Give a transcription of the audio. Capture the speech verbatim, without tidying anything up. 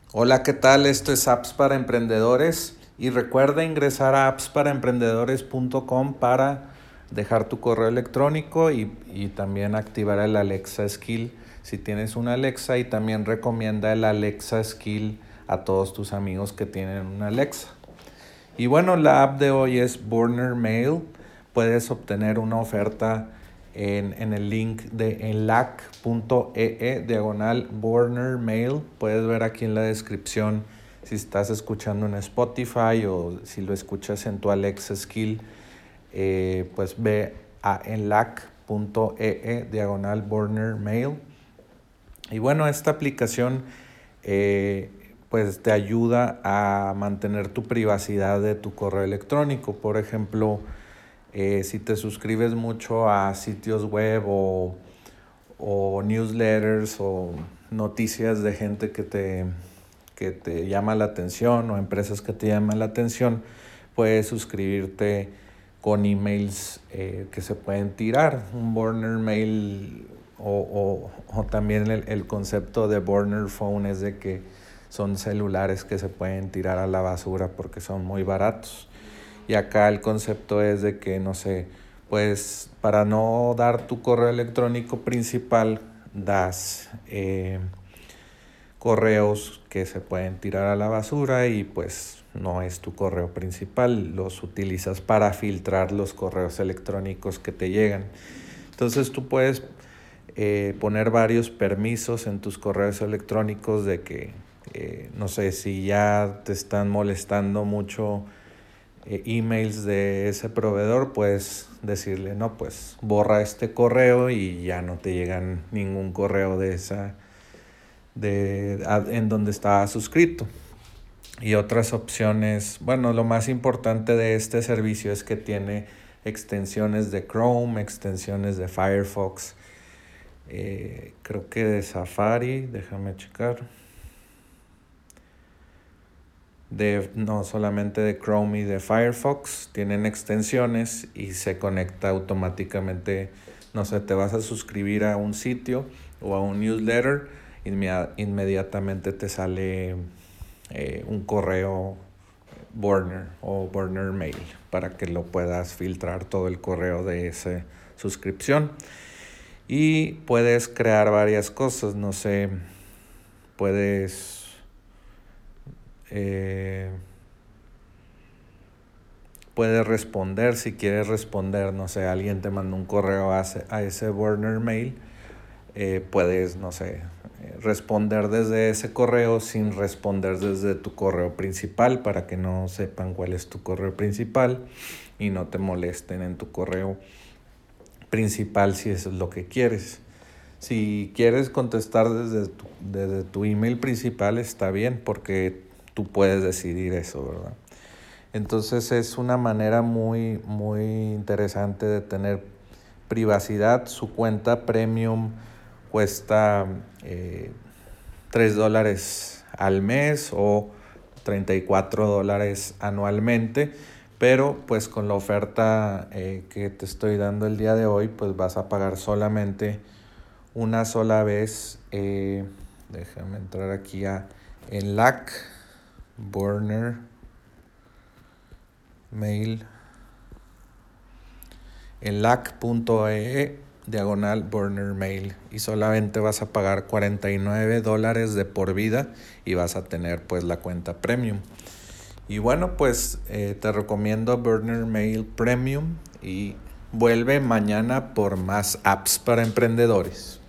Hola, ¿qué tal? Esto es Apps para Emprendedores y recuerda ingresar a apps para emprendedores punto com para dejar tu correo electrónico y, y también activar el Alexa Skill si tienes una Alexa, y también recomienda el Alexa Skill a todos tus amigos que tienen una Alexa. Y bueno, la app de hoy es Burner Mail. Puedes obtener una oferta en, en el link de enlac punto ee diagonal Burner Mail. Puedes ver aquí en la descripción si estás escuchando en Spotify o si lo escuchas en tu Alexa Skill. Eh, pues ve a enlac punto ee diagonal Burner Mail. Y bueno, esta aplicación eh, pues te ayuda a mantener tu privacidad de tu correo electrónico. Por ejemplo, eh, si te suscribes mucho a sitios web o, o newsletters o noticias de gente que te, que te llama la atención o empresas que te llaman la atención, puedes suscribirte con emails eh, que se pueden tirar. Un burner mail o, o, o también el, el concepto de burner phone es de que son celulares que se pueden tirar a la basura porque son muy baratos. Y acá el concepto es de que, no sé, pues para no dar tu correo electrónico principal, das eh, correos que se pueden tirar a la basura y pues no es tu correo principal, los utilizas para filtrar los correos electrónicos que te llegan. Entonces tú puedes eh, poner varios permisos en tus correos electrónicos de que, eh, no sé, si ya te están molestando mucho eh, emails de ese proveedor, puedes decirle, no, pues borra este correo y ya no te llegan ningún correo de esa de en donde estaba suscrito. Y otras opciones, bueno, lo más importante de este servicio es que tiene extensiones de Chrome, extensiones de Firefox, eh, creo que de Safari, déjame checar, de, no, solamente de Chrome y de Firefox, tienen extensiones y se conecta automáticamente. No sé, te vas a suscribir a un sitio o a un newsletter, inmedi- inmediatamente te sale eh, un correo burner o burner mail para que lo puedas filtrar todo el correo de esa suscripción. Y puedes crear varias cosas, no sé, puedes eh, puedes responder si quieres responder, no sé, alguien te mandó un correo a ese, a ese burner mail, eh, puedes, no sé, responder desde ese correo sin responder desde tu correo principal para que no sepan cuál es tu correo principal y no te molesten en tu correo principal si eso es lo que quieres. Si quieres contestar desde tu, desde tu email principal, está bien, porque tú puedes decidir eso, ¿verdad? Entonces es una manera muy, muy interesante de tener privacidad. Su cuenta premium cuesta eh, tres dólares al mes o treinta y cuatro dólares anualmente, pero pues con la oferta eh, que te estoy dando el día de hoy, pues vas a pagar solamente una sola vez. Eh, déjame entrar aquí a enlac burner mail enlac punto ee diagonal burner mail y solamente vas a pagar cuarenta y nueve dólares de por vida y vas a tener pues la cuenta premium. Y bueno, pues eh, te recomiendo Burner Mail Premium y vuelve mañana por más apps para emprendedores.